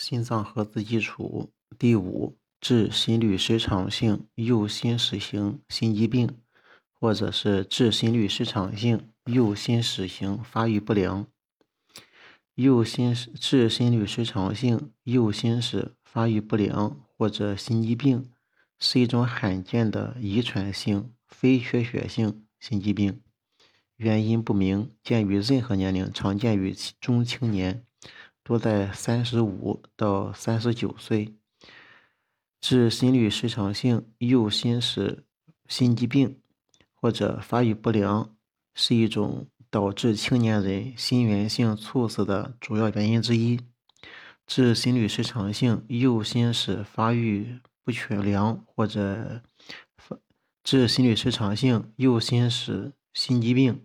心脏核磁基础。第五，致心律失常性右心室型心肌病，或者是致心律失常性右心室型发育不良。致心律失常性右心室发育不良或者心肌病是一种罕见的遗传性非缺血性心肌病，原因不明，见于任何年龄，常见于中青年，多在35到39岁。致心律失常性右心室心肌病或者发育不良是一种导致青年人心源性猝死的主要原因之一。致心律失常性右心室发育不良或者致心律失常性右心室心肌病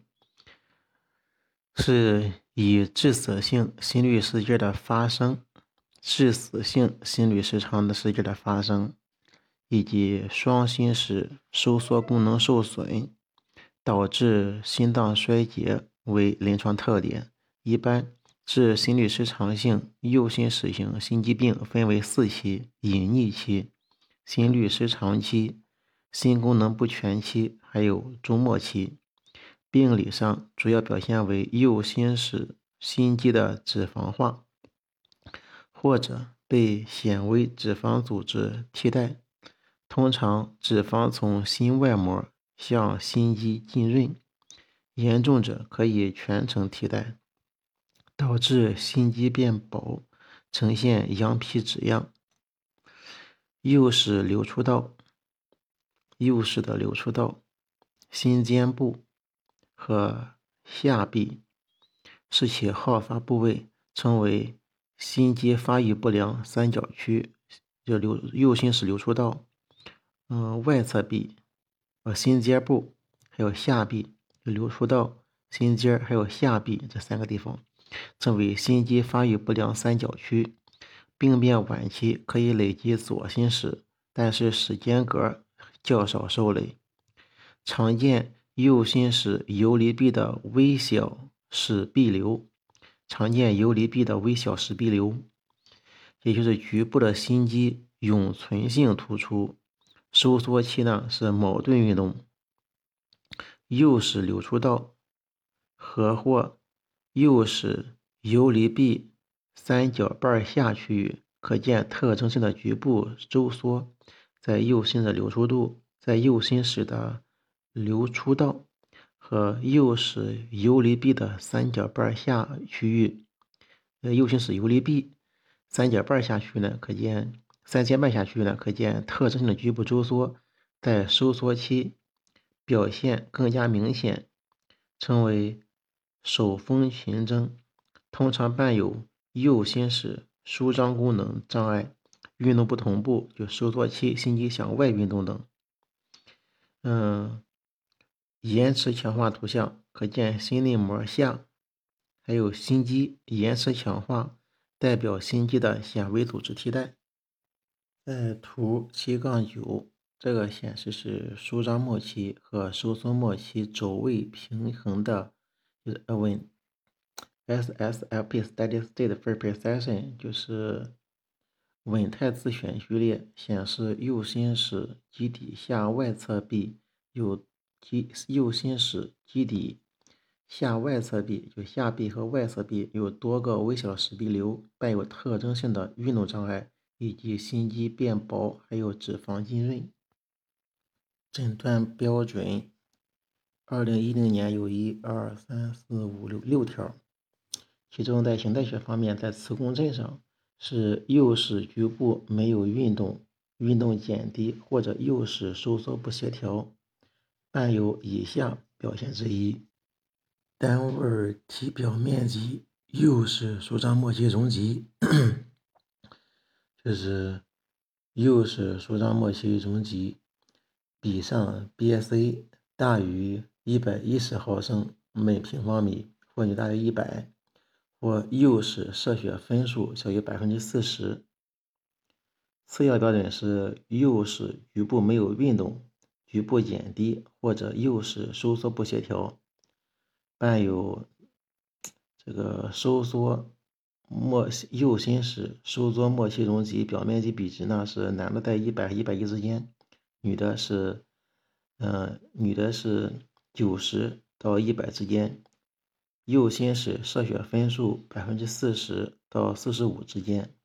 是以致死性心律事件的发生、致死性心律失常的事件的发生，以及双心室收缩功能受损导致心脏衰竭为临床特点。一般致心律失常性右心室型心肌病分为4期：隐匿期、心律失常期、心功能不全期，还有终末期。病理上主要表现为右心室心肌的脂肪化，或者被显微脂肪组织替代。通常脂肪从心外膜向心肌浸润，严重者可以全程替代，导致心肌变薄，呈现羊皮纸样。右室流出道、心尖部和下壁是其好发部位，称为心肌发育不良三角区，右心室流出道、外侧壁、心尖部还有下壁，流出道、心尖还有下壁这3个地方，称为心肌发育不良三角区。病变晚期可以累及左心室，但是室间隔较少受累。常见右心室游离壁的微小室壁瘤，也就是局部的心肌永存性突出，收缩期呢是矛盾运动。右室流出道或右室游离壁三角瓣下区域，可见特征性的局部收缩。在右心的流出道和右室游离壁的三角瓣下区域，右心室游离壁三尖瓣下区域呢，可见特征性的局部收缩，在收缩期表现更加明显，称为手风群征，通常伴有右心室舒张功能障碍、运动不同步，就收缩期心肌向外运动等。延迟强化图像可见心内膜下还有心肌延迟强化，代表心肌的显微组织替代。在图 7-9， 这个显示是舒张末期和收缩末期轴位平衡的，就是 SSFP Steady State Precession， 就是稳态自选序列，显示右心室基底下外侧壁右心室基底下外侧壁，就下壁和外侧壁有多个微小室壁瘤，伴有特征性的运动障碍，以及心肌变薄，还有脂肪浸润。诊断标准2010年有1、2、3、4、5、6条，其中在形态学方面，在磁共振上是右室局部没有运动，运动减低或者右室收缩不协调，伴有以下表现之一：单位体表面积右室舒张末期容积就是右室舒张末期容积比上 BSA 大于110毫升每平方米，或者大于100，或右室射血分数小于40%。次要标准是右室局部没有运动，局部减低或者右室收缩不协调，伴有这个收缩右心室收缩末期容积表面积比值呢是男的在100、110之间，女的是90到100之间。右心室射血分数40%到45之间。